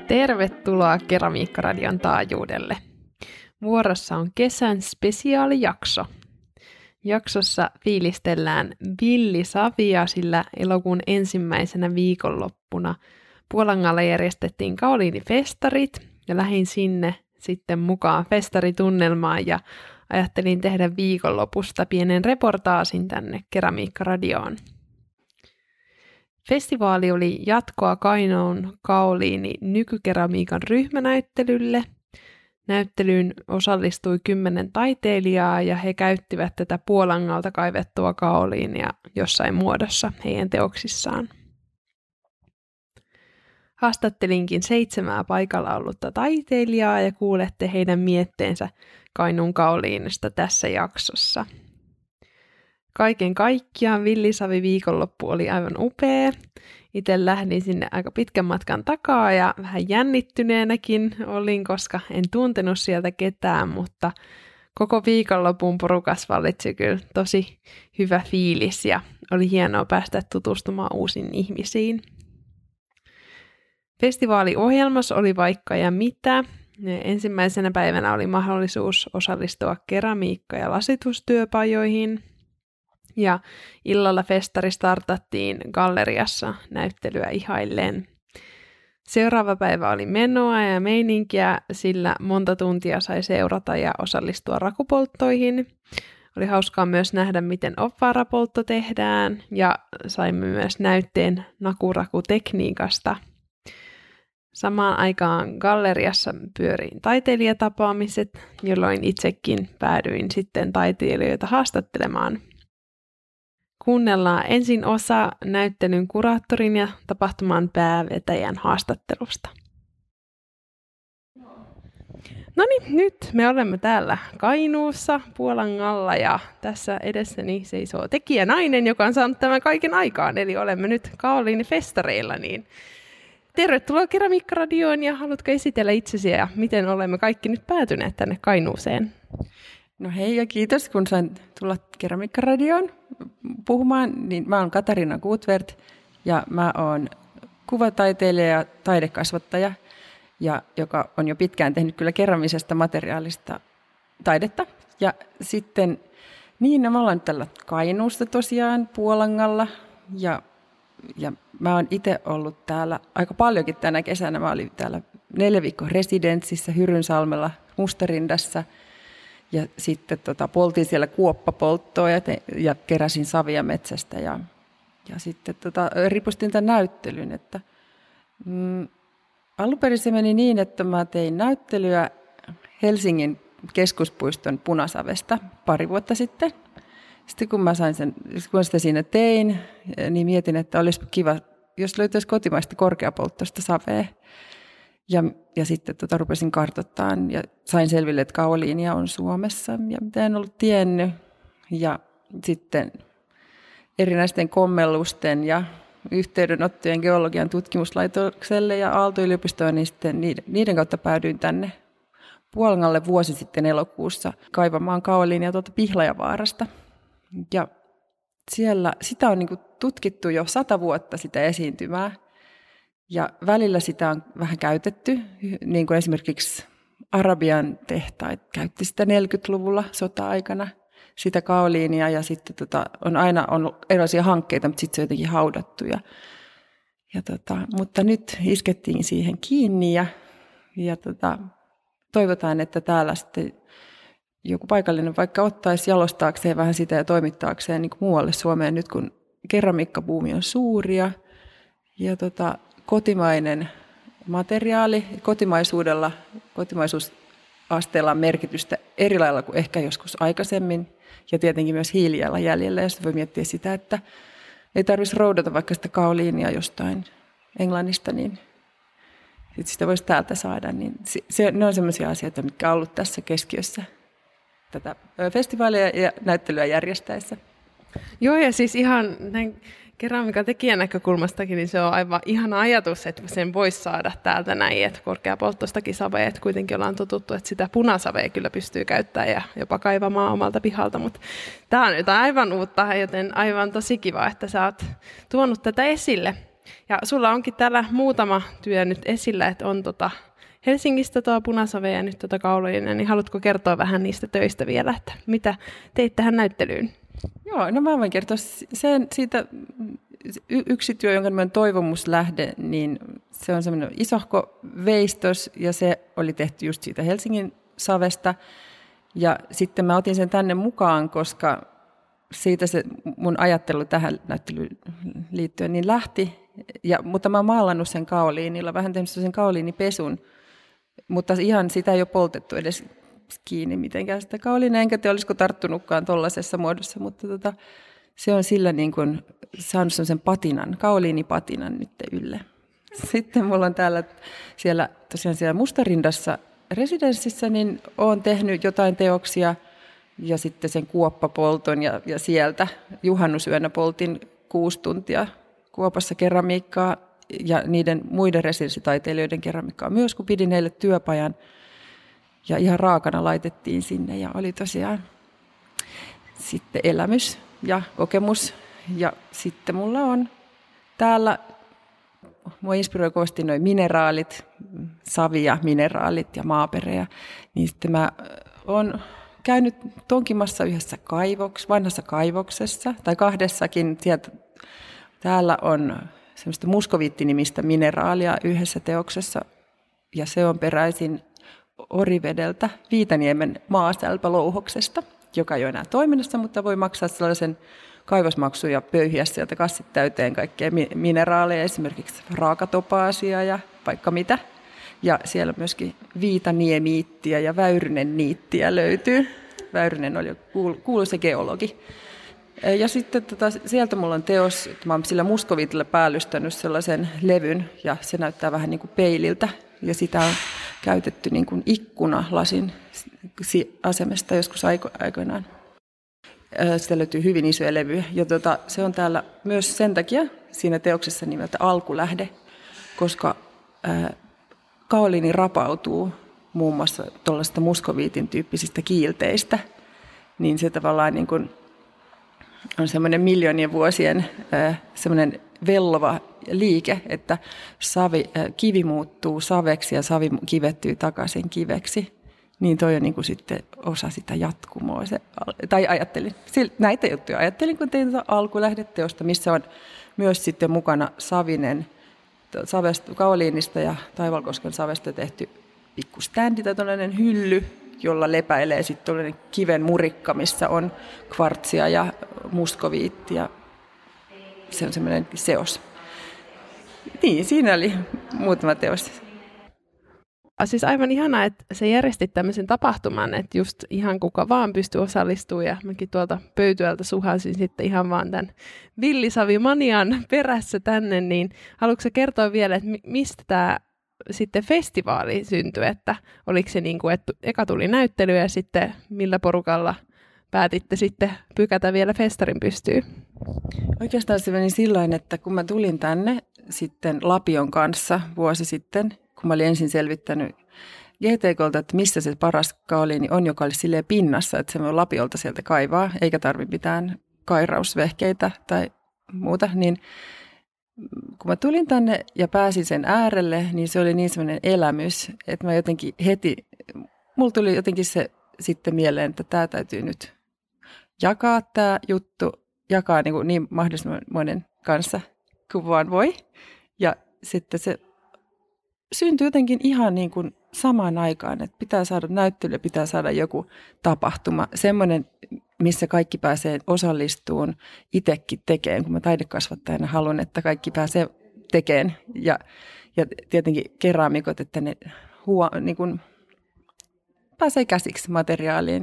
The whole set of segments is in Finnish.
Tervetuloa Keramiikkaradion taajuudelle. Vuorossa on kesän spesiaalijakso. Jaksossa fiilistellään villisavia, sillä elokuun ensimmäisenä viikonloppuna Puolangalla järjestettiin Kaoliinifestarit ja lähdin sinne sitten mukaan festaritunnelmaan ja ajattelin tehdä viikonlopusta pienen reportaasin tänne Keramiikkaradioon. Festivaali oli jatkoa Kainuun Kaoliini nykykeramiikan ryhmänäyttelylle. Näyttelyyn osallistui 10 taiteilijaa ja he käyttivät tätä Puolangalta kaivettua kaoliinia jossain muodossa heidän teoksissaan. Haastattelinkin 7 paikalla ollutta taiteilijaa ja kuulette heidän mietteensä Kainuun kaoliinista tässä jaksossa. Kaiken kaikkiaan villisavi viikonloppu oli aivan upea. Itse lähdin sinne aika pitkän matkan takaa ja vähän jännittyneenäkin olin, koska en tuntenut sieltä ketään, mutta koko viikonlopun porukas vallitsi kyllä tosi hyvä fiilis ja oli hienoa päästä tutustumaan uusiin ihmisiin. Festivaaliohjelmassa oli vaikka ja mitä. Ensimmäisenä päivänä oli mahdollisuus osallistua keramiikka- ja lasitustyöpajoihin. Ja illalla festari startattiin galleriassa näyttelyä ihailleen. Seuraava päivä oli menoa ja meininkiä, sillä monta tuntia sai seurata ja osallistua rakupolttoihin. Oli hauskaa myös nähdä, miten opvarapoltto tehdään ja saimme myös näytteen nakurakutekniikasta. Samaan aikaan galleriassa pyöriin taiteilijatapaamiset, jolloin itsekin päädyin sitten taiteilijoita haastattelemaan. Kuunnellaan ensin osa näyttelyn kuraattorin ja tapahtuman päävetäjän haastattelusta. No niin, nyt me olemme täällä Kainuussa Puolangalla ja tässä edessäni seisoo tekijänainen, joka on saanut tämän kaiken aikaan. Eli olemme nyt Kaoliinifestareilla. Niin tervetuloa Keramiikkaradioon ja haluatko esitellä itsesi ja miten olemme kaikki nyt päätyneet tänne Kainuuseen? No hei ja kiitos, kun sain tulla Keramiikkaradioon puhumaan. Niin mä oon Katariina Gutvert ja mä oon kuvataiteilija ja taidekasvattaja, joka on jo pitkään tehnyt kyllä keramisesta materiaalista taidetta. Ja sitten, niin me ollaan nyt tällä Kainuusta tosiaan Puolangalla ja mä oon itse ollut täällä aika paljonkin tänä kesänä. Mä olin täällä 4 viikkoa residenssissä Hyrynsalmella Mustarindassa. Ja sitten poltiin siellä kuoppapolttoa ja keräsin savia metsästä ja sitten ripustin tämän näyttelyn. Että, alun perin se meni niin, että mä tein näyttelyä Helsingin keskuspuiston Punasavesta 2 vuotta sitten. Sitten kun kun sitä siinä tein, niin mietin, että olisi kiva, jos löytäisi kotimaista korkeapolttoista savea. Ja sitten rupesin kartoittamaan ja sain selville, että kaoliinia on Suomessa ja mitä en ollut tiennyt. Ja sitten erinäisten kommellusten ja yhteydenottojen geologian tutkimuslaitokselle ja Aalto-yliopistoon, niin sitten niiden kautta päädyin tänne Puolangalle vuosi sitten elokuussa kaivamaan kaoliinia Pihlajavaarasta. Ja siellä sitä on tutkittu jo 100 vuotta sitä esiintymää. Ja välillä sitä on vähän käytetty, niin kuin esimerkiksi Arabian tehtaat käytti sitä 40-luvulla sota-aikana, sitä kaoliinia, ja sitten on aina erilaisia hankkeita, mutta sitten se on jotenkin haudattu. Mutta nyt iskettiin siihen kiinni, ja toivotaan, että täällä sitten joku paikallinen vaikka ottaisi jalostaakseen vähän sitä ja toimittaakseen niin kuin muualle Suomeen nyt, kun keramiikkabuumi on suuri, ja kotimainen materiaali, kotimaisuusasteella on merkitystä eri lailla kuin ehkä joskus aikaisemmin. Ja tietenkin myös hiilijalanjäljellä, jos voi miettiä sitä, että ei tarvitsisi roudata vaikka sitä kaoliinia jostain Englannista, niin sitä voisi täältä saada. Niin ne on sellaisia asioita, mitkä on ollut tässä keskiössä tätä festivaalia ja näyttelyä järjestäessä. Joo, ja siis ihan näin keramiikan tekijän näkökulmastakin, niin se on aivan ihana ajatus, että sen voisi saada täältä näin, että korkeapolttoistakin savea, että kuitenkin ollaan totuttu, että sitä punasavea kyllä pystyy käyttämään ja jopa kaivamaan omalta pihalta, mutta tämä on jotain aivan uutta, joten aivan tosi kiva, että sä oot tuonut tätä esille. Ja sulla onkin täällä muutama työ nyt esillä, että on Helsingistä Punasave ja nyt Kaulojenne, niin haluatko kertoa vähän niistä töistä vielä, että mitä teit tähän näyttelyyn? Joo, no mä voin kertoa siitä yksi työ, jonka nimen Toivomuslähde, niin se on semmoinen isohko veistos ja se oli tehty just siitä Helsingin savesta. Ja sitten mä otin sen tänne mukaan, koska siitä se mun ajattelu tähän näyttelyyn liittyen niin lähti. Mutta mä oon maalannut sen kaoliinilla, vähän tehnyt sen kaoliinipesun, mutta ihan sitä ei ole poltettu edes kiinni mitenkään sitä kaoliinia, enkä te olisiko tarttunutkaan tuollaisessa muodossa, mutta se on sillä niin kuin saanut sellaisen patinan, kaoliinipatinan nyt ylle. Sitten mulla on siellä Mustarindassa residenssissä, niin olen tehnyt jotain teoksia ja sitten sen kuoppapolton ja sieltä juhannusyönä poltin 6 tuntia kuopassa keramiikkaa ja niiden muiden residenssitaiteilijoiden keramiikkaa myös, kun pidin heille työpajan ja ihan raakana laitettiin sinne ja oli tosiaan sitten elämys ja kokemus ja sitten mulla on täällä, mua inspiroi kovasti nuo mineraalit, savi ja mineraalit ja maaperä. Niin sitten mä oon käynyt tonkimassa yhdessä vanhassa kaivoksessa, tai 2:kin. Täällä on semmoista muskoviittinimistä mineraalia yhdessä teoksessa, ja se on peräisin Orivedeltä, Viitaniemen maasälpälouhoksesta, joka ei ole enää toiminnassa, mutta voi maksaa sellaisen kaivosmaksuja ja pöyhiä sieltä kassit täyteen kaikkea mineraaleja, esimerkiksi raakatopaasia ja vaikka mitä. Ja siellä myöskin viitaniemiittiä ja väyrynen-niittiä löytyy. Väyrynen oli kuuluisa geologi. Ja sitten sieltä mulla on teos, että mä oon sillä muskoviitilla päällystänyt sellaisen levyn, ja se näyttää vähän niin kuin peililtä. Ja sitä on käytetty niin kuin ikkunalasin asemesta joskus aikoinaan. Sitä löytyy hyvin isoja levyjä. Ja se on täällä myös sen takia siinä teoksessa nimeltä Alkulähde, koska kaoliini rapautuu muun muassa tuollaisista muskoviitin tyyppisistä kiilteistä. Niin se tavallaan niin kuin on semmoinen miljoonien vuosien semmoinen vellova liike, että kivi muuttuu saveksi ja savi kivettyy takaisin kiveksi. Niin toi on niin kuin sitten osa sitä jatkumoa. Näitä juttuja ajattelin, kun tein Alkulähdeteosta, missä on myös sitten mukana savinen kaoliinista ja Taivalkosken savesta tehty pikkuständi tai tuollainen hylly, jolla lepäilee sitten tuollainen kiven murikka, missä on kvartsia ja muskoviittia. Se on semmoinen seos. Niin, siinä oli muutama teos. Siis aivan ihanaa, että sä järjestit tämmöisen tapahtuman, että just ihan kuka vaan pystyi osallistumaan ja mäkin tuolta pöytyältä suhasin sitten ihan vaan tämän villisavimanian perässä tänne, niin haluatko sä kertoa vielä, että mistä tämä sitten festivaali syntyi, että oliko se niin kuin, että eka tuli näyttely ja sitten millä porukalla päätitte sitten pykätä vielä festarin pystyyn? Oikeastaan se meni sillain, että kun mä tulin tänne sitten Lapion kanssa vuosi sitten, kun mä olin ensin selvittänyt GTK:lta, että missä se paras kaoliini on, joka oli silleen pinnassa, että se voi Lapiolta sieltä kaivaa, eikä tarvitse mitään kairausvehkeitä tai muuta, niin kun mä tulin tänne ja pääsin sen äärelle, niin se oli niin semmoinen elämys, että mä jotenkin mulla tuli jotenkin se sitten mieleen, että tämä täytyy nyt jakaa tämä juttu, jakaa niin mahdollisimman monen kanssa kuin vaan voi. Ja sitten se syntyi jotenkin ihan niin kuin samaan aikaan, että pitää saada näyttely, pitää saada joku tapahtuma, semmoinen, missä kaikki pääsee osallistumaan, itsekin tekemään, kun mä taidekasvattajana haluan, että kaikki pääsee tekemään. Ja tietenkin keramikot, että ne niin kuin pääsee käsiksi materiaaliin,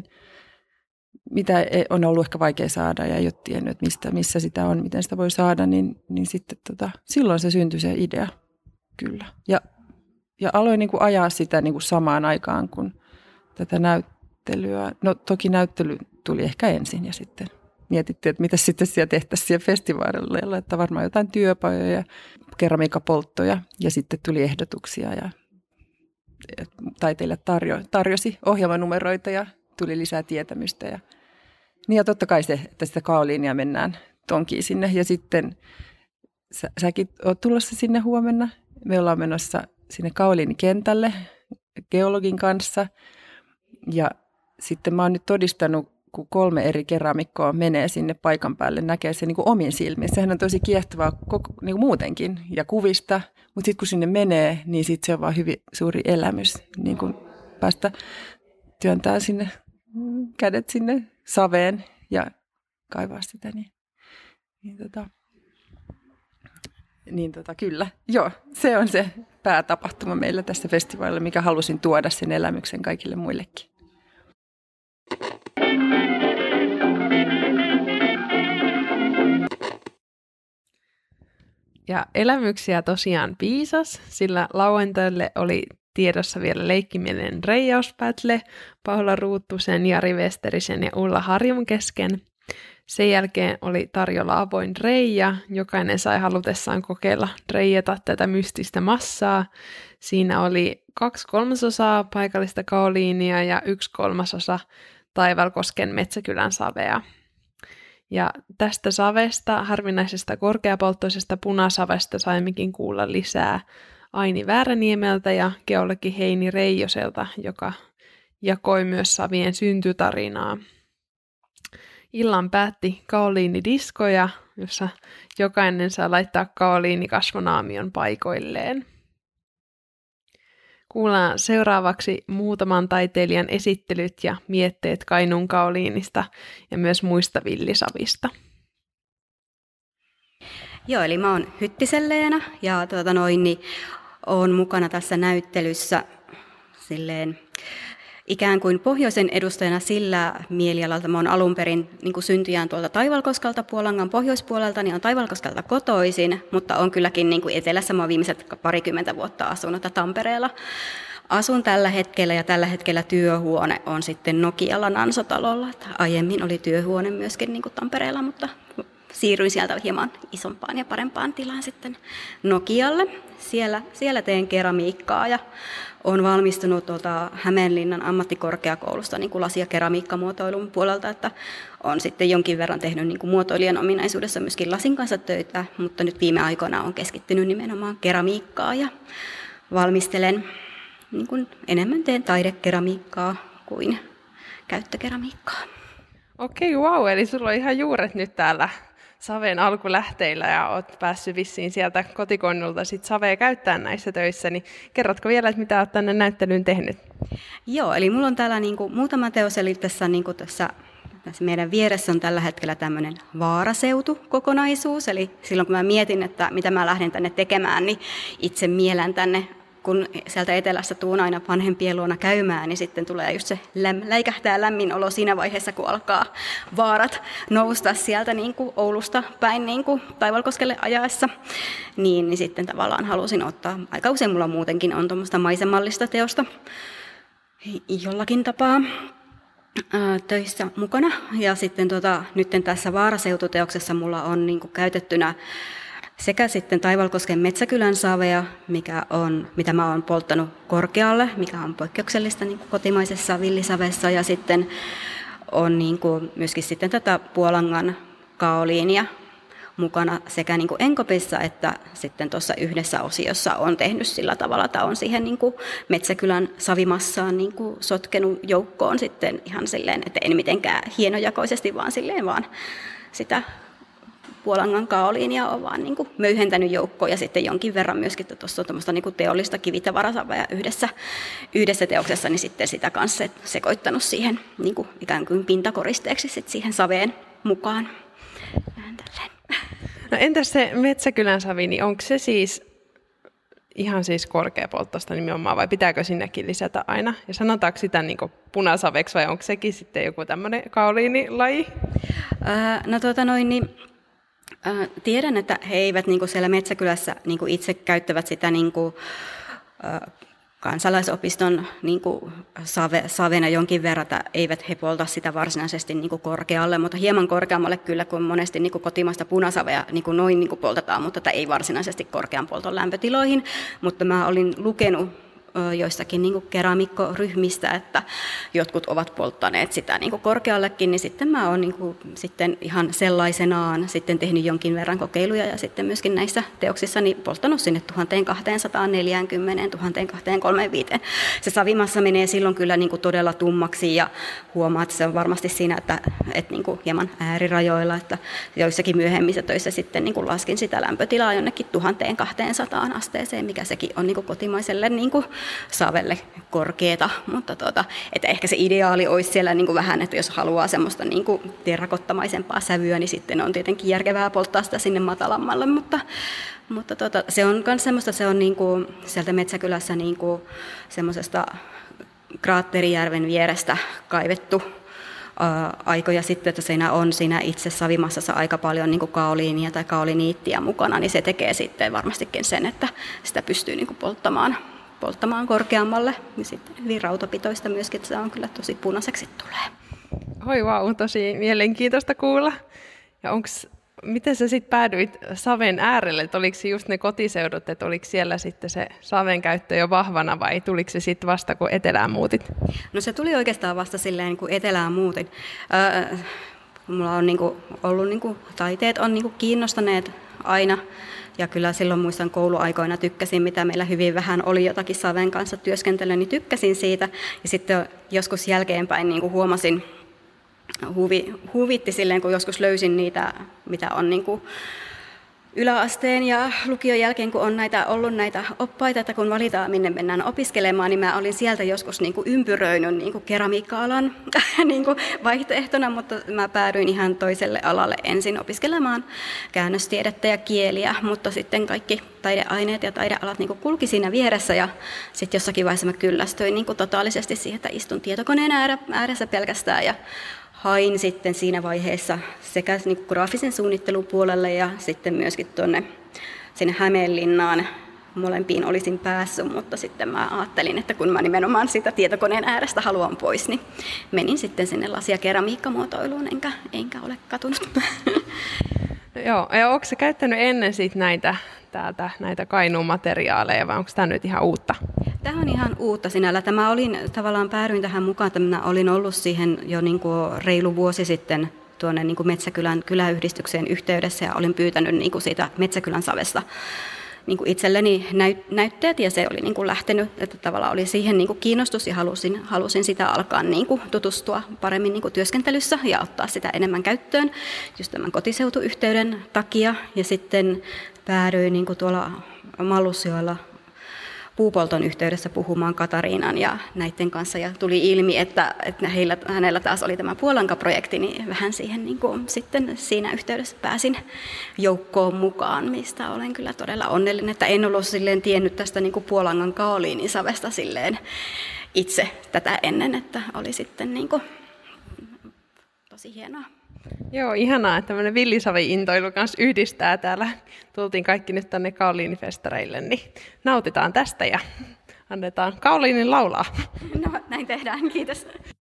mitä on ollut ehkä vaikea saada ja ei ole tiennyt, missä sitä on, miten sitä voi saada, niin sitten silloin se syntyi se idea, kyllä. Ja aloin niin kuin ajaa sitä niin kuin samaan aikaan kuin tätä näyttelyä. No toki näyttely tuli ehkä ensin ja sitten mietittiin, että mitä sitten siellä tehtäisiin siellä festivaalilla, että varmaan jotain työpajoja ja keramiikkapolttoja ja sitten tuli ehdotuksia ja taiteilijat tarjosi ohjelmanumeroita ja tuli lisää tietämystä. Ja totta kai se, että sitä kaoliinia mennään tonkiin sinne ja sitten säkin oot tulossa sinne huomenna. Me ollaan menossa sinne Kaoliinikentälle geologin kanssa. Ja sitten mä oon nyt todistanut, kun 3 eri keramikkoa menee sinne paikan päälle, näkee sen niin kuin omin silmin. Sehän on tosi kiehtovaa niin kuin muutenkin ja kuvista, mutta sitten kun sinne menee, niin sitten se on vaan hyvin suuri elämys niin kuin päästä työntää sinne kädet sinne saveen ja kaivaa sitä. Kyllä, joo, se on se päätapahtuma meillä tässä festivaalilla, mikä halusin tuoda sen elämyksen kaikille muillekin. Ja elämyksiä tosiaan piisas, sillä lauantaille oli tiedossa vielä leikkimielinen reijauspätle Paula Ruuttusen, Jari Westerisen ja Ulla Harjun kesken. Sen jälkeen oli tarjolla avoin reija. Jokainen sai halutessaan kokeilla reijata tätä mystistä massaa. Siinä oli 2/3 paikallista kaoliinia ja 1/3 Taivalkosken Metsäkylän savea. Ja tästä savesta, harvinaisesta korkeapolttoisesta punasavesta, saimmekin kuulla lisää Aini Vääräniemeltä ja geologi Heini Reijoselta, joka jakoi myös savien syntytarinaa. Illan päätti kaoliinidiskoja, jossa jokainen saa laittaa kaoliinikasvonaamion paikoilleen. Kuullaan seuraavaksi muutaman taiteilijan esittelyt ja mietteet Kainuun kaoliinista ja myös muista villisavista. Joo, eli mä oon Hyttisen Leena ja oon mukana tässä näyttelyssä silleen ikään kuin pohjoisen edustajana sillä mielialalta. Mä oon alun perin niin syntyjään tuolta Taivalkoskelta, Puolangan pohjoispuolelta, niin on Taivalkoskelta kotoisin, mutta on kylläkin niin kuin etelässä. Mä oon viimeiset 20 vuotta asunut Tampereella. Asun tällä hetkellä ja tällä hetkellä työhuone on sitten Nokialla Nansotalolla. Aiemmin oli työhuone myöskin niin kuin Tampereella, mutta siirryin sieltä hieman isompaan ja parempaan tilaan sitten Nokialle. Siellä teen keramiikkaa ja olen valmistunut Hämeenlinnan ammattikorkeakoulusta niin kuin lasi- ja keramiikkamuotoilun puolelta, että olen sitten jonkin verran tehnyt niin kuin muotoilijan ominaisuudessa myöskin lasin kanssa töitä, mutta nyt viime aikoina olen keskittynyt nimenomaan keramiikkaa ja valmistelen niin kuin enemmän teen taidekeramiikkaa kuin käyttökeramiikkaa. Okei, wow, eli sulla on ihan juuret nyt täällä saveen alkulähteillä ja olet päässyt vissiin sieltä kotikonnulta sit savea käyttämään näissä töissä, niin kerrotko vielä, että mitä olet tänne näyttelyyn tehnyt? Joo, eli mulla on täällä niinku muutama teos, eli tässä meidän vieressä on tällä hetkellä tämmöinen vaaraseutu-kokonaisuus, eli silloin kun mä mietin, että mitä mä lähden tänne tekemään, niin itse mielän tänne, kun sieltä etelästä tuun aina vanhempien luona käymään, niin sitten tulee just se läikähtää lämmin olo siinä vaiheessa, kun alkaa vaarat nousta sieltä niin kuin Oulusta päin niin kuin Taivalkoskelle ajaessa. Niin sitten tavallaan halusin ottaa, aika usein mulla muutenkin on tuommoista maisemallista teosta jollakin tapaa töissä mukana. Ja sitten nyt tässä vaaraseututeoksessa mulla on niin kuin käytettynä sekä sitten Taivalkosken Metsäkylän savea, mitä mä oon polttanut korkealle, mikä on poikkeuksellista niin kuin kotimaisessa villisavessa, ja sitten on niin kuin myöskin sitten tätä Puolangan kaoliinia mukana sekä niin kuin Enkopissa että sitten tuossa yhdessä osiossa on tehnyt sillä tavalla, että on siihen niin kuin Metsäkylän savimassaan niin kuin sotkenut joukkoon sitten ihan silleen, että en mitenkään hienojakoisesti, vaan silleen vaan sitä Puolangan kaoliinia on vaan niin kuin möyhentänyt joukkoon ja sitten jonkin verran myöskin, että tuossa on tuommoista niin kuin teollista kivitavarasavea yhdessä teoksessa, niin sitten sitä kanssa sekoittanut siihen niin kuin ikään kuin pintakoristeeksi sitten siihen saveen mukaan. No entäs se Metsäkylän savi, niin onko se siis ihan siis korkeapolttoista nimenomaan vai pitääkö sinnekin lisätä aina? Ja sanotaanko sitä niin kuin punasaveksi vai onko sekin sitten joku tämmöinen kaoliinilaji? Tiedän, että he eivät niin kuin siellä Metsäkylässä niin kuin itse käyttävät sitä niin kuin, kansalaisopiston niin kuin savena jonkin verran, että eivät he polta sitä varsinaisesti niin kuin korkealle, mutta hieman korkeammalle kyllä, kun monesti niin kuin kotimaista punasavea niin kuin noin niin kuin poltetaan, mutta ei varsinaisesti korkean polton lämpötiloihin. Mutta mä olin lukenut joissakin niin kuin keramikkoryhmistä, että jotkut ovat polttaneet sitä niin kuin korkeallekin, niin sitten mä oon niin kuin sitten ihan sellaisenaan sitten tehnyt jonkin verran kokeiluja ja sitten myöskin näissä teoksissa niin polttanut sinne 1240, 1235. Se savimassa menee silloin kyllä niin kuin todella tummaksi ja huomaat, että se on varmasti siinä, että niin kuin hieman äärirajoilla, että joissakin myöhemmissä töissä sitten niin kuin laskin sitä lämpötilaa jonnekin 1200 asteeseen, mikä sekin on niin kuin kotimaiselle niin kuin savelle korkeata, mutta että ehkä se ideaali olisi siellä niin kuin vähän, että jos haluaa semmoista niin kuin terrakottamaisempaa sävyä, niin sitten on tietenkin järkevää polttaa sitä sinne matalammalle, mutta se on myös semmoista, se on niin kuin sieltä Metsäkylässä niin kuin semmoisesta Kraatterijärven vierestä kaivettu aikoja sitten, että siinä on siinä itse savimassassa aika paljon niin kuin kaoliinia tai kaoliniittiä mukana, niin se tekee sitten varmastikin sen, että sitä pystyy niin kuin polttamaan korkeammalle. Ja sitten hyvin rautapitoista myöskin, että se on kyllä tosi punaiseksi tulee. Oi vau, tosi mielenkiintoista kuulla. Ja miten sä sitten päädyit saven äärelle? Että oliko se just ne kotiseudut, että oliko siellä sitten se saven käyttö jo vahvana vai tuliko se sitten vasta kun etelään muutit? No se tuli oikeastaan vasta silleen kun etelään muutin. Mulla on niinku ollut niinku, taiteet on niinku kiinnostaneet aina. Ja kyllä silloin muistan kouluaikoina tykkäsin, mitä meillä hyvin vähän oli jotakin saven kanssa työskentelyä, niin tykkäsin siitä. Ja sitten joskus jälkeenpäin niin kuin huomasin, huvitti silleen, kun joskus löysin niitä, mitä on niin kuin yläasteen ja lukion jälkeen, kun on ollut näitä oppaita, että kun valitaan, minne mennään opiskelemaan, niin mä olin sieltä joskus niin kuin ympyröinyt niin kuin keramiikka-alan niin kuin vaihtoehtona, mutta mä päädyin ihan toiselle alalle ensin opiskelemaan käännöstiedettä ja kieliä, mutta sitten kaikki taideaineet ja taidealat niin kuin kulki siinä vieressä ja sitten jossakin vaiheessa mä kyllästyin niin kuin totaalisesti siihen, että istun tietokoneen ääressä pelkästään ja hain sitten siinä vaiheessa sekä niin kuin graafisen suunnittelupuolelle ja sitten myöskin sinne Hämeenlinnaan. Molempiin olisin päässyt, mutta sitten mä ajattelin, että kun mä nimenomaan sitä tietokoneen äärestä haluan pois, niin menin sitten sinne lasi- ja keramiikkamuotoiluun, enkä ole katunut. No joo, ja onko sä käyttänyt ennen sit näitä Kainuun materiaaleja vai onko tämä nyt ihan uutta? Tämä on ihan uutta sinällä. Päädyin tähän mukaan, että minä olin ollut siihen jo niin kuin reilu vuosi sitten tuonne niin kuin Metsäkylän kyläyhdistykseen yhteydessä ja olin pyytänyt niin kuin siitä Metsäkylän savesta niin kuin itselleni näytteet ja se oli niin kuin lähtenyt, että tavallaan oli siihen niin kuin kiinnostus ja halusin sitä alkaa niin kuin tutustua paremmin niin kuin työskentelyssä ja ottaa sitä enemmän käyttöön just tämän kotiseutuyhteyden takia ja sitten päädyin niin kuin tuolla Mallusjoella puupolton yhteydessä puhumaan Katariinan ja näiden kanssa ja tuli ilmi, että hänellä taas oli tämä Puolanka-projekti, niin vähän siihen niin kuin sitten siinä yhteydessä pääsin joukkoon mukaan, mistä olen kyllä todella onnellinen, että en ollut silleen tiennyt tästä niin kuin Puolangan kaoliinisavesta silleen itse tätä ennen, että oli sitten niin kuin tosi hienoa. Joo, ihanaa, että tämmöinen villisavi-intoilu kanssa yhdistää täällä. Tultiin kaikki nyt tänne Kaoliinifestareille, niin nautitaan tästä ja annetaan Kaoliinin laulaa. No, näin tehdään. Kiitos.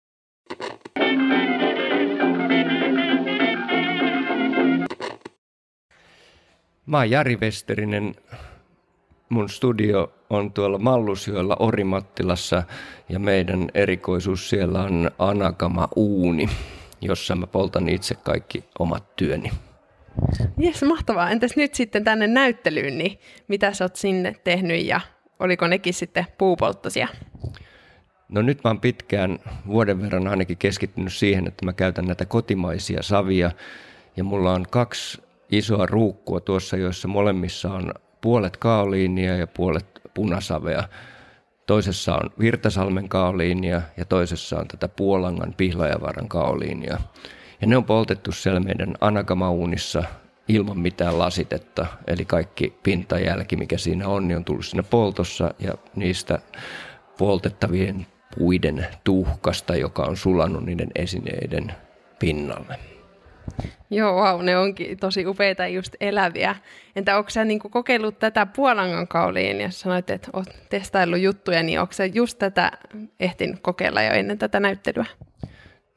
Mä oon Jari Westerinen. Mun studio on tuolla Mallusjoella Orimattilassa ja meidän erikoisuus siellä on Anagama-uuni, jossa mä poltan itse kaikki omat työni. Jes, mahtavaa. Entäs nyt sitten tänne näyttelyyn, niin mitä sä oot sinne tehnyt ja oliko nekin sitten puupolttosia? No nyt mä oon pitkään vuoden verran ainakin keskittynyt siihen, että mä käytän näitä kotimaisia savia ja mulla on 2 isoa ruukkua tuossa, joissa molemmissa on puolet kaoliinia ja puolet punasavea. Toisessa on Virtasalmen kaoliinia ja toisessa on tätä Puolangan Pihlajavaaran kaoliinia. Ja ne on poltettu siellä meidän Anagama-uunissa ilman mitään lasitetta. Eli kaikki pintajälki, mikä siinä on, niin on tullut siinä poltossa ja niistä poltettavien puiden tuhkasta, joka on sulanut niiden esineiden pinnalle. Joo, wow, ne onkin tosi upeita just eläviä. Entä onko sä niinku kokeillut tätä Puolangan kauliin ja sanoit, että olet testaillut juttuja, niin onko sä just tätä ehtin kokeilla jo ennen tätä näyttelyä?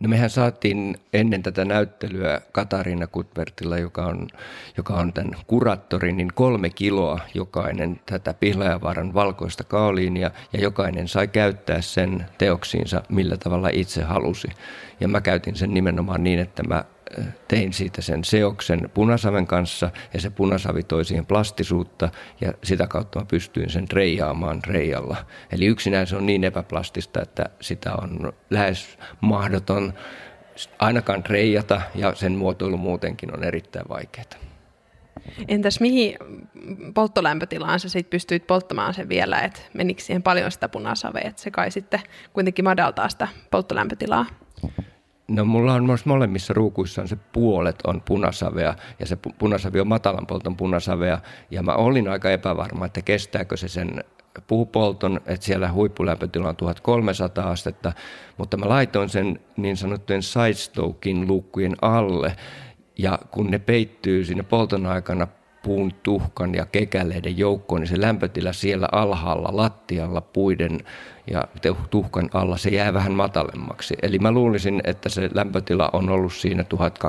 No mehän saatiin ennen tätä näyttelyä Katariina Cuthbertilla, joka on tämän kuraattori, niin 3 kiloa jokainen tätä Pihlajavaaran valkoista kaoliinia, ja jokainen sai käyttää sen teoksiinsa millä tavalla itse halusi. Ja mä käytin sen nimenomaan niin, että mä tein siitä sen seoksen punasaven kanssa, ja se punasavi toi siihen plastisuutta, ja sitä kautta mä pystyin sen reijaamaan reijalla. Eli yksinään se on niin epäplastista, että sitä on lähes mahdoton ainakaan reijata, ja sen muotoilu muutenkin on erittäin vaikeaa. Entäs mihin polttolämpötilaan sä sit pystyit polttamaan sen vielä, että menikö siihen paljon sitä punasavea, että se kai sitten kuitenkin madaltaa sitä polttolämpötilaa? No mulla on myös molemmissa ruukuissa se puolet on punasavea, ja se punasavi on matalan polton punasavea, ja mä olin aika epävarma, että kestääkö se sen puupolton, että siellä huippulämpötila on 1300 astetta, mutta mä laitoin sen niin sanottujen side-stokin luukkujen alle, ja kun ne peittyy siinä polton aikana puun, tuhkan ja kekäleiden joukkoon, niin se lämpötila siellä alhaalla lattialla puiden ja tuhkan alla, se jää vähän matalemmaksi. Eli mä luulisin, että se lämpötila on ollut siinä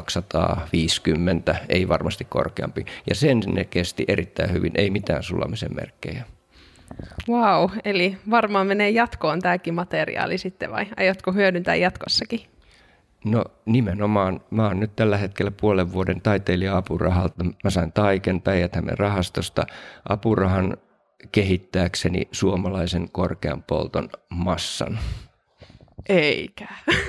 1250, ei varmasti korkeampi. Ja sen ne kesti erittäin hyvin, ei mitään sulamisen merkkejä. Wow, eli varmaan menee jatkoon tämäkin materiaali sitten, vai aiotko hyödyntää jatkossakin? No nimenomaan, mä oon nyt tällä hetkellä puolen vuoden taiteilija-apurahalta. Mä sain Taiken Päijät-Hämeen rahastosta apurahan kehittääkseni suomalaisen korkean polton massan. Eikä.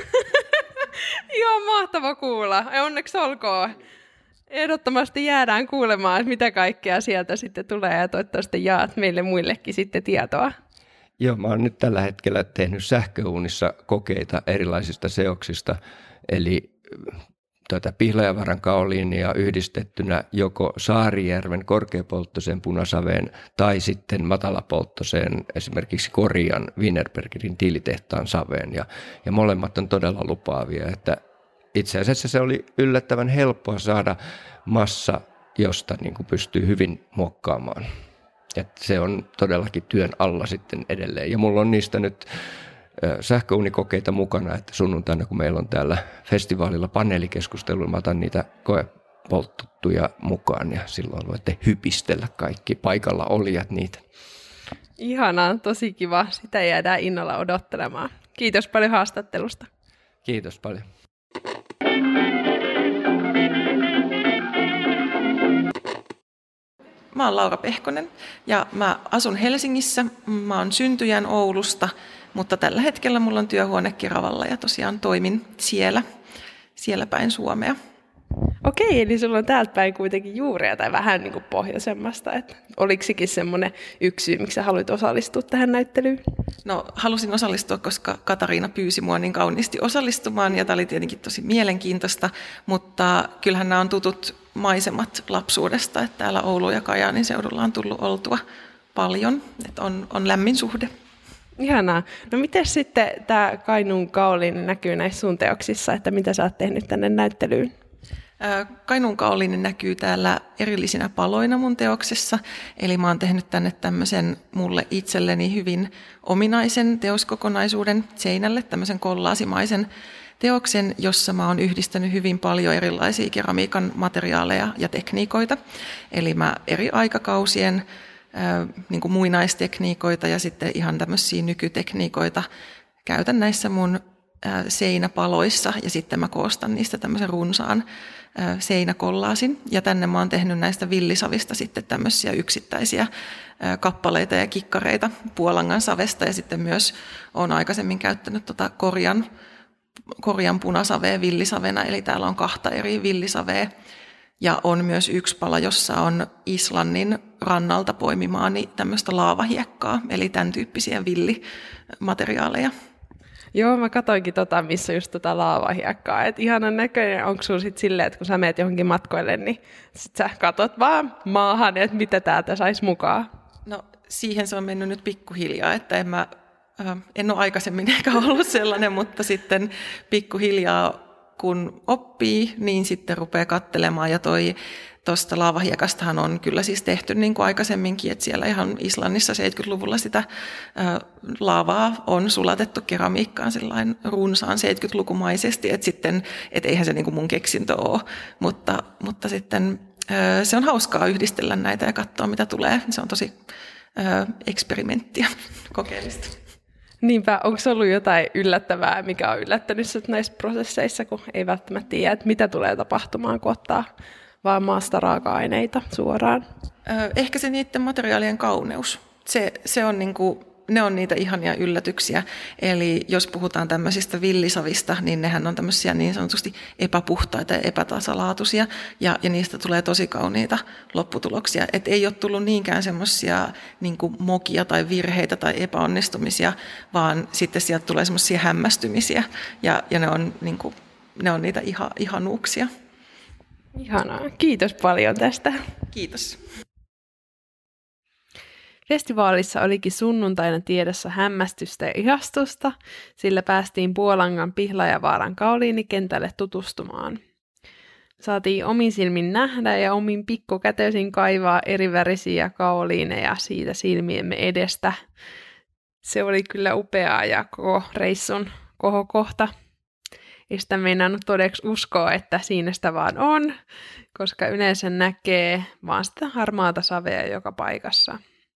Joo, mahtava kuulla. Onneksi olkoon. Ehdottomasti jäädään kuulemaan, että mitä kaikkea sieltä sitten tulee, ja toivottavasti jaat meille muillekin sitten tietoa. Joo, mä oon nyt tällä hetkellä tehnyt sähköuunissa kokeita erilaisista seoksista, eli Pihlajavaaran kaoliinia yhdistettynä joko Saarijärven korkeapolttoiseen punasaveen tai sitten matalapolttoiseen esimerkiksi Korian Wienerbergerin tiilitehtaan saveen, ja molemmat on todella lupaavia, että itse asiassa se oli yllättävän helppoa saada massa, josta niin kuin pystyy hyvin muokkaamaan. Että se on todellakin työn alla sitten edelleen. Ja mulla on niistä nyt sähköuunikokeita mukana, että sunnuntaina, kun meillä on täällä festivaalilla paneelikeskustelu, mä otan niitä koepolttuttuja mukaan, ja silloin voitte hypistellä kaikki paikalla olijat niitä. Ihanaa, tosi kiva. Sitä jäädään innolla odottelemaan. Kiitos paljon haastattelusta. Kiitos paljon. Mä oon Laura Pehkonen ja mä asun Helsingissä. Mä oon syntyjän Oulusta, mutta tällä hetkellä mulla on työhuone Keravalla ja tosiaan toimin siellä päin Suomea. Okei, eli sulla on täältä päin kuitenkin juuria tai vähän niin kuin pohjoisemmasta. Että oliko sekin semmoinen yksi syy, miksi sä haluit osallistua tähän näyttelyyn? No, halusin osallistua, koska Katariina pyysi mua niin kauniisti osallistumaan, ja tämä oli tietenkin tosi mielenkiintoista, mutta kyllähän nämä on tutut maisemat lapsuudesta, että täällä Oulu ja Kajaanin seudulla on tullut oltua paljon, että on lämmin suhde. Ihanaa. No miten sitten tämä Kainuun kaoliini näkyy näissä sun teoksissa, että mitä sä oot tehnyt tänne näyttelyyn? Kainuun kaoliini näkyy täällä erillisinä paloina mun teoksessa, eli mä oon tehnyt tänne tämmöisen mulle itselleni hyvin ominaisen teoskokonaisuuden seinälle, tämmöisen kollaasimaisen teoksen, jossa mä oon yhdistänyt hyvin paljon erilaisia keramiikan materiaaleja ja tekniikoita, eli mä eri aikakausien niin kuin muinaistekniikoita ja sitten ihan tämmöisiä nykytekniikoita käytän näissä mun seinäpaloissa, ja sitten mä koostan niistä tämmöisen runsaan seinäkollaasin, ja tänne mä oon tehnyt näistä villisavista sitten tämmöisiä yksittäisiä kappaleita ja kikkareita Puolangan savesta, ja sitten myös oon aikaisemmin käyttänyt Korian punasavea villisavena, eli täällä on 2 eri villisavea, ja on myös yksi pala, jossa on Islannin rannalta poimimaani tämmöistä laavahiekkaa, eli tämän tyyppisiä villimateriaaleja. Joo, mä katoinkin missä just laavahiekkaa. Et ihanan näköinen. Onko sulla sitten silleen, että kun sä meet johonkin matkoille, niin sit sä katot vaan maahan, että mitä täältä saisi mukaan? No siihen se on mennyt nyt pikkuhiljaa, että en ole aikaisemmin ehkä ollut sellainen, mutta sitten pikkuhiljaa kun oppii, niin sitten rupeaa katselemaan, ja toi tuosta laavahiekastahan on kyllä siis tehty niin kuin aikaisemminkin, että siellä ihan Islannissa 70-luvulla sitä laavaa on sulatettu keramiikkaan sellainen runsaan 70-lukumaisesti, että eihän se niin kuin mun keksintö ole, mutta sitten se on hauskaa yhdistellä näitä ja katsoa mitä tulee. Se on tosi eksperimenttiä, kokeellista. Niinpä, onko ollut jotain yllättävää, mikä on yllättänyt näissä prosesseissa, kun ei välttämättä tiedä, että mitä tulee tapahtumaan, kun ottaa vaan maasta raaka-aineita suoraan? Ehkä se niiden materiaalien kauneus. Se on niinku, ne on niitä ihania yllätyksiä. Eli jos puhutaan tämmöisistä villisavista, niin nehän on tämmöisiä niin sanotusti epäpuhtaita ja epätasalaatuisia, ja niistä tulee tosi kauniita lopputuloksia. Et ei ole tullut niinkään semmoisia niinku mokia tai virheitä tai epäonnistumisia, vaan sitten sieltä tulee semmoisia hämmästymisiä, ja ne on niitä ihanuuksia. Ihanaa. Kiitos paljon tästä. Kiitos. Festivaalissa olikin sunnuntaina tiedossa hämmästystä ja ihastusta, sillä päästiin Puolangan Pihlajavaaran kauliinikentälle tutustumaan. Saatiin omin silmin nähdä ja omin pikkukätöisin kaivaa erivärisiä kauliineja siitä silmiemme edestä. Se oli kyllä upeaa ja koko reissun kohokohta. Ei sitä meinannut todeksi uskoa, että siinä sitä vaan on, koska yleensä näkee vaan sitä harmaata savea joka paikassa.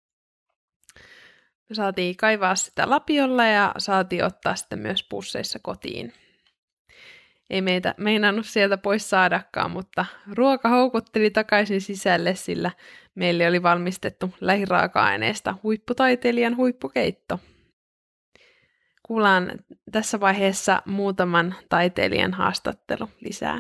Me saatiin kaivaa sitä lapiolla ja saatiin ottaa sitä myös pusseissa kotiin. Ei meitä meinannut sieltä pois saadakaan, mutta ruoka houkutteli takaisin sisälle, sillä meille oli valmistettu lähiraaka-aineesta huipputaiteilijan huippukeitto. Kuullaan tässä vaiheessa muutaman taiteilijan haastattelu lisää.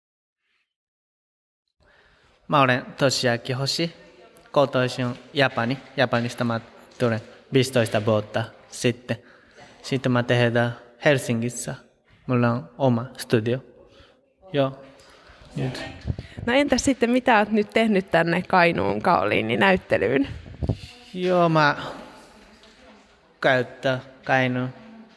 Mä olen Toshiaki Hoshi, kotoisin Japanista mä tulen 15 vuotta sitten. Sitten mä tehdään Helsingissä. Mulla on oma studio. Joo, nyt. No entäs sitten, mitä olet nyt tehnyt tänne Kainuun Kaoliini-näyttelyyn? Joo, mä käytän Kainuun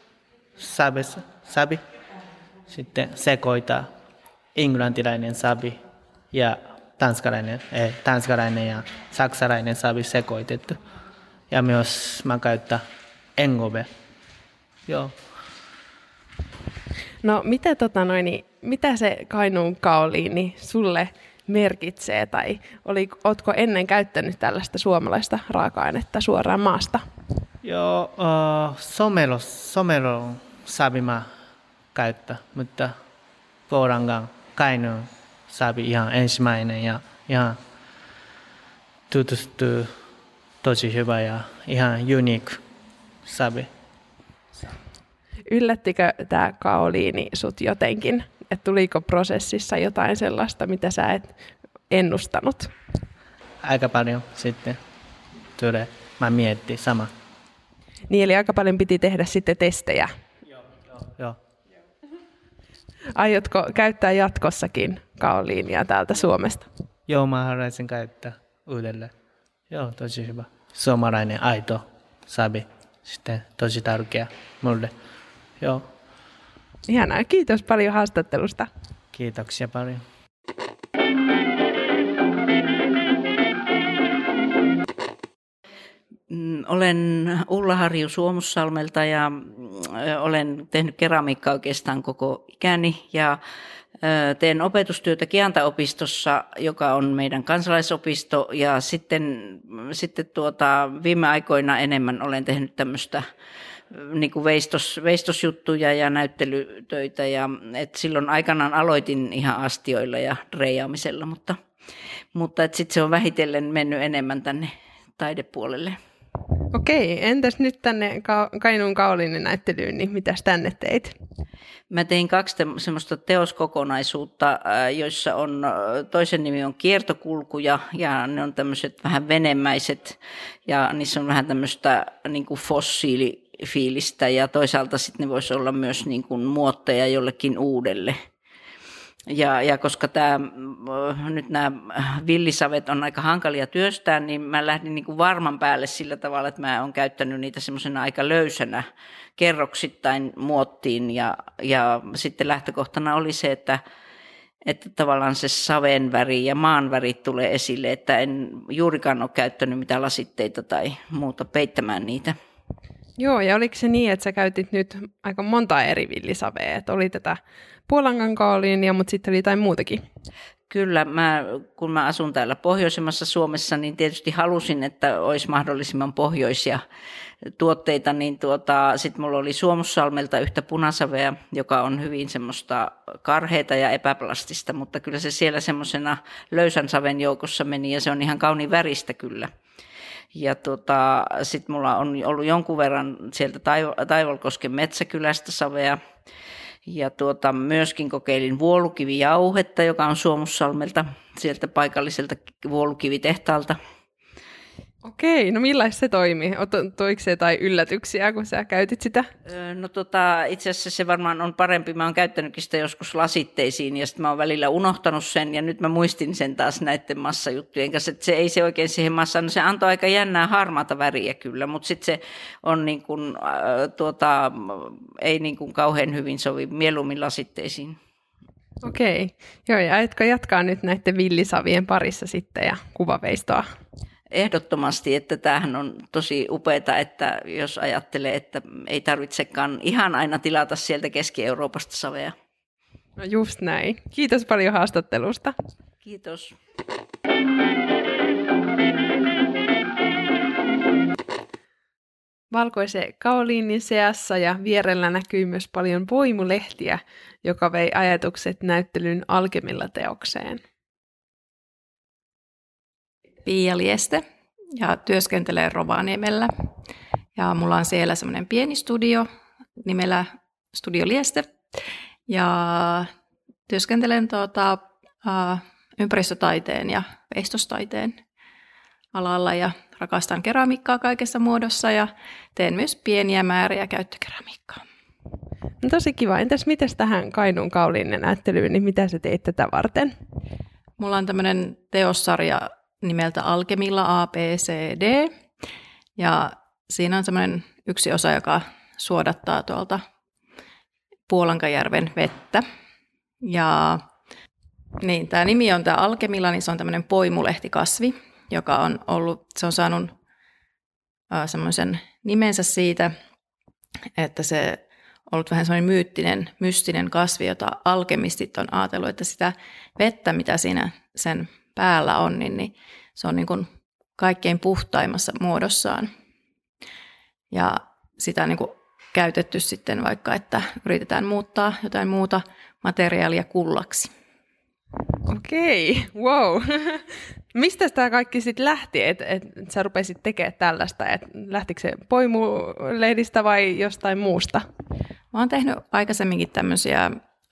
sabi. Sitten sekoittaa englantilainen sabi ja tanskalainen ja saksalainen sabi sekoitettu. Ja myös mä käytän engobe. Joo. No mitä se Kainuun Kaoliini sulle merkitsee? Tai ootko ennen käyttänyt tällaista suomalaista raaka-ainetta suoraan maasta? Joo, somelo sabi mä käytän, mutta Puolangan Kainuun sabi ihan ensimmäinen ja ihan tutustuu tosi hyvä ja ihan unique sabi. Yllättikö tämä kaoliini sut jotenkin? Että tuliko prosessissa jotain sellaista, mitä sä et ennustanut? Aika paljon sitten tulee. Mä mietin sama. Niin, eli aika paljon piti tehdä sitten testejä. Joo. Aiotko käyttää jatkossakin kaoliinia täältä Suomesta? Joo, mä haluaisin käyttää uudelleen. Joo, tosi hyvä. Suomalainen aito sabi. Sitten tosi tärkeä mulle. Joo. Ihanaa. Kiitos paljon haastattelusta. Kiitoksia paljon. Olen Ulla Harju Suomussalmelta ja olen tehnyt keramiikkaa oikeastaan koko ikäni ja teen opetustyötä Kianta-opistossa, joka on meidän kansalaisopisto, ja sitten viime aikoina enemmän olen tehnyt tämmöistä niin kuin veistosjuttuja ja näyttelytöitä, ja silloin aikanaan aloitin ihan astioilla ja reijaamisella, mutta sitten se on vähitellen mennyt enemmän tänne taidepuolelle. Okei, entäs nyt tänne Kainuun Kaoliini-näyttelyyn, niin mitäs tänne teit? Mä tein 2 semmoista teoskokonaisuutta, joissa on, toisen nimi on kiertokulkuja ja ne on tämmöiset vähän venemäiset ja niissä on vähän tämmöistä niin kuin fossiilifiilistä ja toisaalta sitten ne voisi olla myös niin kuin muotteja jollekin uudelle. Ja koska nyt nämä villisavet on aika hankalia työstää, niin mä lähdin niin kuin varman päälle sillä tavalla, että mä oon käyttänyt niitä semmoisena aika löysänä kerroksittain muottiin. Ja sitten lähtökohtana oli se, että tavallaan se saven väri ja maan värit tulee esille, että en juurikaan ole käyttänyt mitään lasitteita tai muuta peittämään niitä. Joo, ja oliko se niin, että sä käytit nyt aika monta eri villisavea, että oli tätä puolangan kaoliinia, mutta sitten oli jotain muutakin? Kyllä, kun mä asun täällä pohjoisemmassa Suomessa, niin tietysti halusin, että olisi mahdollisimman pohjoisia tuotteita, niin sitten mulla oli Suomussalmelta yhtä punasavea, joka on hyvin semmoista karheata ja epäplastista, mutta kyllä se siellä semmoisena löysän saven joukossa meni ja se on ihan kauniin väristä kyllä. Ja sitten mulla on ollut jonkun verran sieltä Taivalkosken metsäkylästä savea. Ja myöskin kokeilin vuolukivijauhetta, joka on Suomussalmelta, sieltä paikalliselta vuolukivitehtaalta. Okei, no millaista se toimi? Toiko se jotain yllätyksiä, kun sä käytit sitä? No itse asiassa se varmaan on parempi. Mä oon käyttänytkin sitä joskus lasitteisiin ja sitten mä oon välillä unohtanut sen ja nyt mä muistin sen taas näiden massajuttujen kanssa. Että se ei se oikein siihen massaan, no se antoi aika jännää harmaata väriä kyllä, mutta sitten se on niin kuin, ei niin kuin kauhean hyvin sovi mieluummin lasitteisiin. Okei, joo ja etkä jatkaa nyt näiden villisavien parissa sitten ja kuvaveistoa? Ehdottomasti, että tämähän on tosi upeata, että jos ajattelee, että ei tarvitsekaan ihan aina tilata sieltä Keski-Euroopasta savea. No just näin. Kiitos paljon haastattelusta. Kiitos. Valkoisen kaoliinin seassa ja vierellä näkyy myös paljon poimulehtiä, joka vei ajatukset näyttelyn Alkemilla-teokseen. Pia Lieste ja työskentelen Rovaniemellä. Ja mulla on siellä semmoinen pieni studio nimellä Studio Lieste. Ja työskentelen ympäristötaiteen ja veistostaiteen alalla ja rakastan keramiikkaa kaikessa muodossa ja teen myös pieniä määriä käyttökeramiikkaa. No tosi kiva. Entäs mitäs tähän Kainuun kaoliinin näyttelyyn, niin mitä sä teit tätä varten? Mulla on tämmöinen teossarja nimeltä Alkemilla ABCD, ja siinä on semmoinen yksi osa, joka suodattaa tuolta Puolankajärven vettä. Ja niin, tämä nimi on tämä Alkemilla, niin se on tämmöinen poimulehtikasvi, joka on ollut, se on saanut semmoisen nimensä siitä, että se on ollut vähän semmoinen mystinen kasvi, jota alkemistit on ajatellut, että sitä vettä, mitä siinä sen päällä on, niin se on niin kuin kaikkein puhtaimmassa muodossaan. Ja sitä on niin kuin käytetty sitten vaikka, että yritetään muuttaa jotain muuta materiaalia kullaksi. Okei, wow. Mistä tämä kaikki sitten lähti, että sä rupesit tekemään tällaista? Lähtikö se poimulehdistä vai jostain muusta? Mä oon tehnyt aikaisemminkin tämmöisiä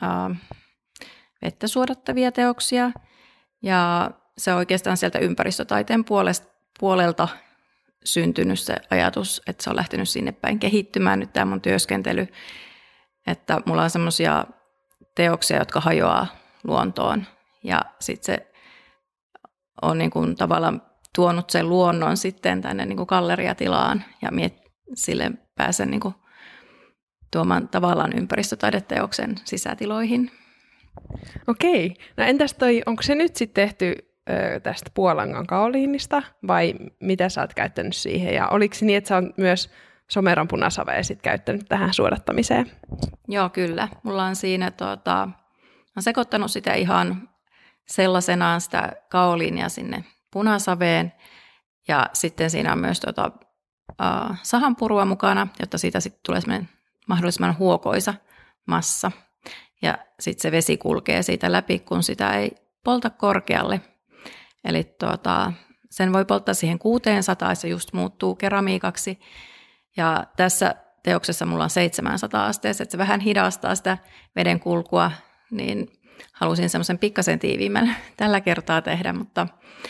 vettä suodattavia teoksia. Ja se on oikeastaan sieltä ympäristötaiteen puolelta syntynyt se ajatus, että se on lähtenyt sinne päin kehittymään nyt tämä mun työskentely. Että mulla on semmoisia teoksia, jotka hajoaa luontoon. Ja sitten se on niin kuin tavallaan tuonut sen luonnon sitten tänne niin kuin galleriatilaan ja sille pääsen niin kuin tuomaan tavallaan ympäristötaideteoksen sisätiloihin. Okei. No entäs onko se nyt sitten tehty tästä Puolangan kaoliinista vai mitä sä oot käyttänyt siihen? Ja oliko se niin, että sä oot myös Someran punasavea sit käyttänyt tähän suodattamiseen? Joo, kyllä. Mulla on siinä, olen sekoittanut sitä ihan sellaisenaan sitä kaoliinia sinne punasaveen. Ja sitten siinä on myös sahanpurua mukana, jotta siitä sitten tulee semmoinen mahdollisimman huokoisa massa. Ja sitten se vesi kulkee siitä läpi, kun sitä ei polta korkealle. Eli sen voi polttaa siihen 600, se just muuttuu keramiikaksi. Ja tässä teoksessa mulla on 700 asteessa, että se vähän hidastaa sitä veden kulkua, niin halusin semmoisen pikkasen tiiviimmän tällä kertaa tehdä, mutta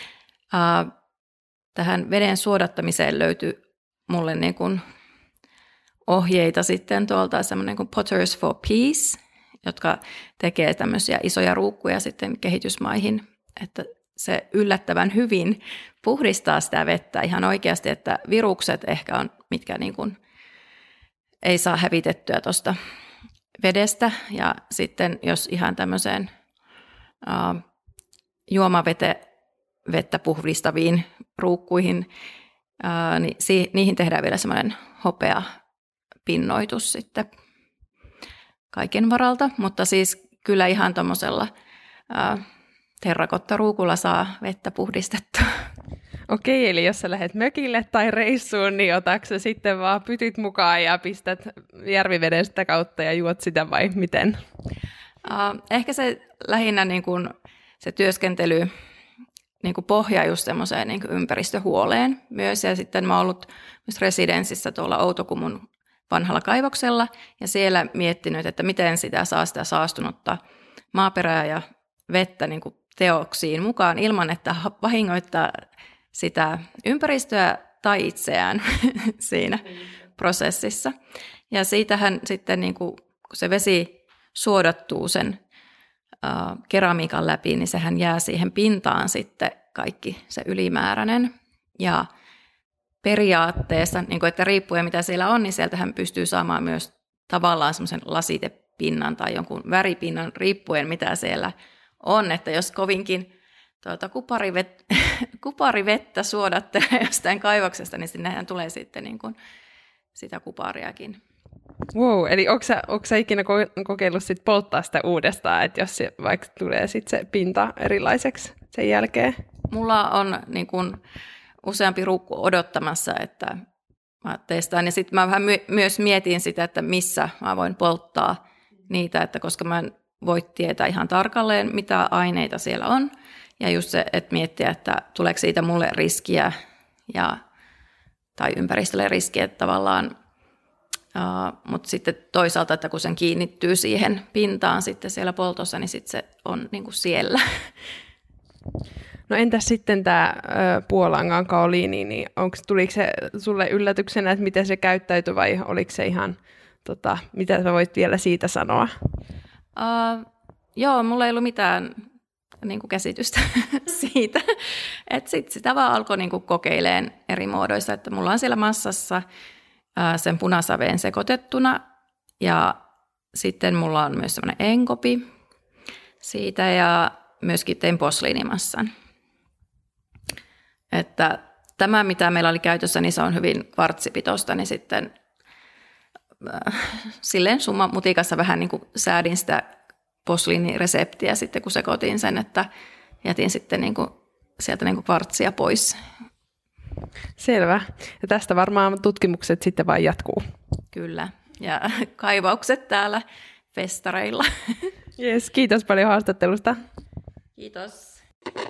tähän veden suodattamiseen löytyi mulle niin kuin ohjeita sitten tuolta semmoinen kuin Potters for Peace, jotka tekee tämmöisiä isoja ruukkuja sitten kehitysmaihin, että se yllättävän hyvin puhdistaa sitä vettä ihan oikeasti, että virukset ehkä on, mitkä niin kuin ei saa hävitettyä tuosta vedestä. Ja sitten jos ihan tämmöiseen juomavettä puhdistaviin ruukkuihin, niin niihin tehdään vielä semmoinen hopeapinnoitus sitten kaiken varalta, mutta siis kyllä ihan tuommoisella terrakottaruukulla saa vettä puhdistettua. Okei, eli jos sä lähdet mökille tai reissuun, niin otatko sä sitten vaan pytyt mukaan ja pistät järvivedestä kautta ja juot sitä vai miten? Ehkä se lähinnä niin kuin se työskentely niin kuin pohjaa just semmoiseen niin kuin ympäristöhuoleen myös. Ja sitten mä oon ollut myös residenssissä tuolla Outokumun vanhalla kaivoksella ja siellä miettinyt, että miten sitä saa sitä saastunutta maaperää ja vettä niin kuin teoksiin mukaan ilman, että vahingoittaa sitä ympäristöä tai itseään siinä prosessissa. Ja siitähän sitten, niin kun se vesi suodattuu sen keramiikan läpi, niin sehän jää siihen pintaan sitten kaikki se ylimääräinen. Ja periaatteessa, niin kun, että riippuen mitä siellä on, niin sieltähän pystyy saamaan myös tavallaan semmoisen lasitepinnan tai jonkun väripinnan riippuen mitä siellä on. Että jos kovinkin kuparivettä suodattelee jostain kaivoksesta, niin sinnehän tulee sitten niin kuin sitä kupariakin. Wow, eli onko sä ikinä kokeillut sit polttaa sitä uudestaan, että jos se, vaikka tulee sit se pinta erilaiseksi sen jälkeen? Mulla on niin kuin useampi ruukku odottamassa, että mä testaan. Ja sitten mä vähän myös mietin sitä, että missä mä voin polttaa niitä, että koska mä en voi tietää ihan tarkalleen, mitä aineita siellä on. Ja just se, että miettiä, että tuleeko siitä mulle riskiä tai ympäristölle riskiä tavallaan. Mutta sitten toisaalta, että kun sen kiinnittyy siihen pintaan sitten siellä poltossa, niin sitten se on niin kuin siellä. No entäs sitten tämä puolangan kaoliini, niin tuliko se sulle yllätyksenä, että miten se käyttäytyi vai oliko se ihan, mitä sä voit vielä siitä sanoa? Joo, mulla ei ollut mitään niin kuin käsitystä siitä. Että sitten sitä vaan alkoi niin kuin kokeilemaan eri muodoissa, että mulla on siellä massassa sen punasaveen sekoitettuna ja sitten mulla on myös semmoinen enkopi siitä ja myöskin tein posliinimassan. Että tämä, mitä meillä oli käytössä, niin se on hyvin kvartsipitoista, niin sitten silleen summan mutikassa vähän niin kuin säädin sitä posliinireseptiä sitten, kun sekoitin sen, että jätin sitten niin kuin sieltä niin kuin kvartsia pois. Selvä. Ja tästä varmaan tutkimukset sitten vain jatkuu. Kyllä. Ja kaivaukset täällä festareilla. Jes, kiitos paljon haastattelusta. Kiitos.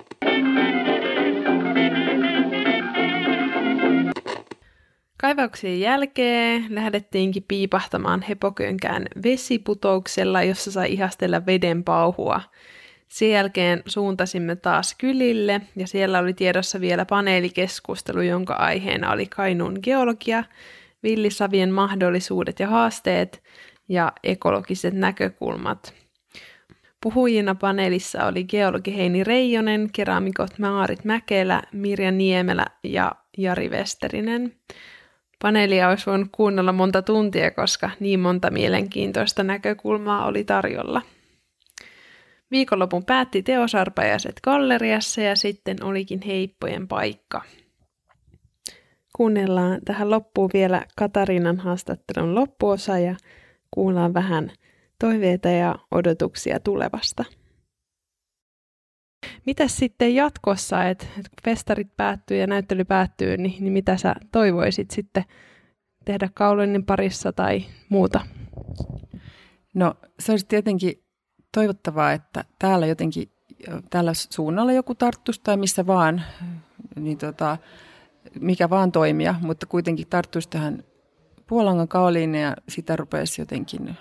Kaivauksien jälkeen lähdettiinkin piipahtamaan Hepokönkään vesiputouksella, jossa sai ihastella veden pauhua. Sen jälkeen suuntasimme taas kylille ja siellä oli tiedossa vielä paneelikeskustelu, jonka aiheena oli Kainuun geologia, villisavien mahdollisuudet ja haasteet ja ekologiset näkökulmat. Puhujina paneelissa oli geologi Heini Reijonen, keramikot Maarit Mäkelä, Mirja Niemelä ja Jari Westerinen. Paneelia olisi voinut kuunnella monta tuntia, koska niin monta mielenkiintoista näkökulmaa oli tarjolla. Viikonlopun päätti teosarpajaiset galleriassa ja sitten olikin heippojen paikka. Kuunnellaan tähän loppuun vielä Katariinan haastattelun loppuosa ja kuullaan vähän toiveita ja odotuksia tulevasta. Mitäs sitten jatkossa, että festarit päättyy ja näyttely päättyy, niin mitä sä toivoisit sitten tehdä kaulunnin parissa tai muuta? No se olisi tietenkin toivottavaa, että täällä jotenkin, tällä suunnalla joku tarttuisi tai missä vaan, niin mikä vaan toimia, mutta kuitenkin tarttuisi tähän Puolangan kaoliineen ja sitä rupeaisi jotenkin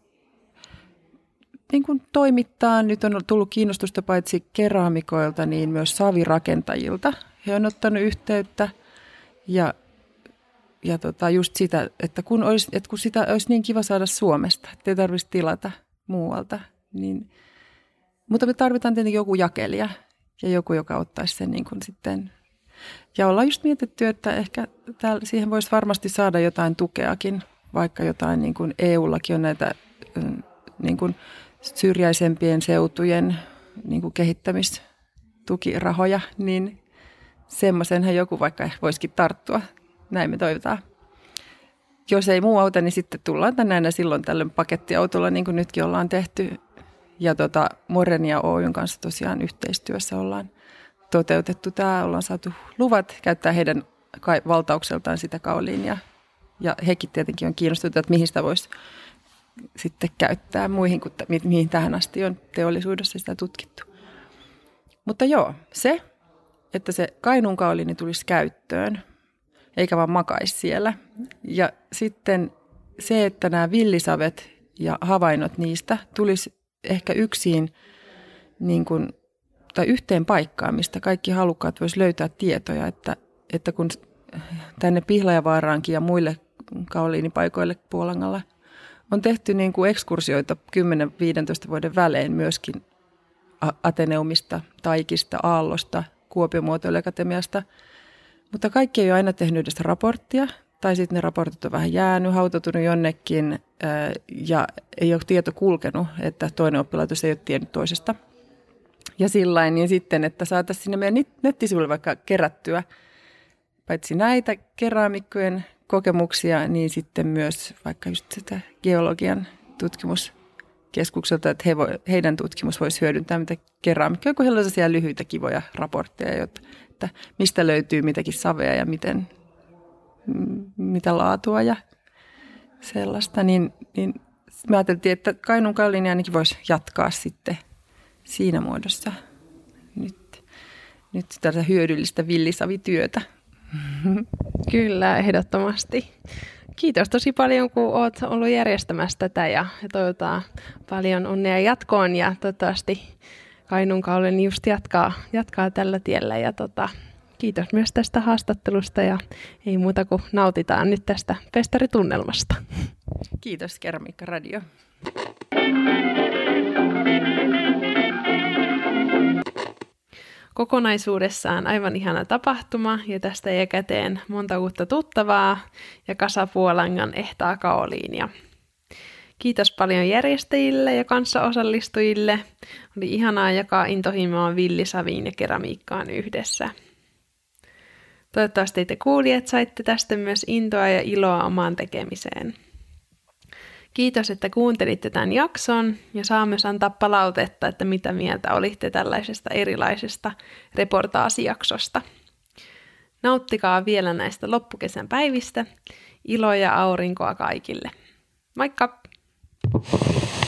niin kuin toimittaa. Nyt on tullut kiinnostusta paitsi keraamikoilta, niin myös savirakentajilta. He on ottanut yhteyttä ja just sitä, että kun sitä olisi niin kiva saada Suomesta, että ei tarvitsisi tilata muualta. Niin, mutta me tarvitaan tietenkin joku jakelija ja joku, joka ottaisi sen niin kuin sitten. Ja ollaan just mietitty, että ehkä siihen voisi varmasti saada jotain tukeakin, vaikka jotain niin kuin EUllakin on näitä niin kuin syrjäisempien seutujen niin kuin kehittämistukirahoja, niin semmoisenhan joku vaikka voisikin tarttua. Näin me toivotaan. Jos ei muu auta, niin sitten tullaan tänne aina silloin tällöin pakettiautolla, niin kuin nytkin ollaan tehty. Ja Morenia Oyn kanssa tosiaan yhteistyössä ollaan toteutettu tämä. Ollaan saatu luvat käyttää heidän valtaukseltaan sitä kaoliinia. Ja hekin tietenkin on kiinnostuneita, että mihin sitä voisi sitten käyttää muihin kuin mihin tähän asti on teollisuudessa sitä tutkittu. Mutta joo, se, että se Kainuun kaoliini tulisi käyttöön, eikä vaan makaisi siellä. Ja sitten se, että nämä villisavet ja havainnot niistä tulisi ehkä yksin tai yhteen paikkaan, mistä kaikki halukkaat vois löytää tietoja, että kun tänne Pihlajavaaraankin ja muille kaoliinipaikoille Puolangalla on tehty niin kuin ekskursioita 10-15 vuoden välein myöskin Ateneumista, Taikista, Aallosta, Kuopion muotoiluakatemiasta, mutta kaikki ei ole aina tehnyt edes raporttia, tai sitten ne raportit on vähän jäänyt, hautautunut jonnekin ja ei ole tieto kulkenut, että toinen oppilaitos ei ole tiennyt toisesta. Ja sillain, niin sitten, että saataisiin sinne meidän nettisivuille vaikka kerättyä paitsi näitä keraamikkojen kokemuksia, niin sitten myös vaikka just sitä geologian tutkimuskeskukselta, että heidän tutkimus voisi hyödyntää mitä keraamikkoja, kun heillä on sellaisia lyhyitä kivoja raportteja, että mistä löytyy mitäkin savea ja mitä laatua ja sellaista, niin me ajateltiin, että Kainuun kaoliini ainakin voisi jatkaa sitten siinä muodossa nyt tätä hyödyllistä villisavityötä. Kyllä, ehdottomasti. Kiitos tosi paljon, kun olet ollut järjestämässä tätä ja toivotaan paljon onnea jatkoon ja toivottavasti Kainuun kaoliini just jatkaa tällä tiellä ja kiitos myös tästä haastattelusta ja ei muuta kuin nautitaan nyt tästä festaritunnelmasta. Kiitos Keramiikka Radio. Kokonaisuudessaan aivan ihana tapahtuma ja tästä jäi käteen monta uutta tuttavaa ja kasa Puolangan ehtaa kaoliinia. Kiitos paljon järjestäjille ja kanssaosallistujille. Oli ihanaa jakaa intohimoa villisaviin ja keramiikkaan yhdessä. Toivottavasti te kuulijat saitte tästä myös intoa ja iloa omaan tekemiseen. Kiitos, että kuuntelitte tämän jakson ja saa myös antaa palautetta, että mitä mieltä olitte tällaisesta erilaisesta reportaasijaksosta. Nauttikaa vielä näistä loppukesän päivistä. Iloa ja aurinkoa kaikille. Moikka!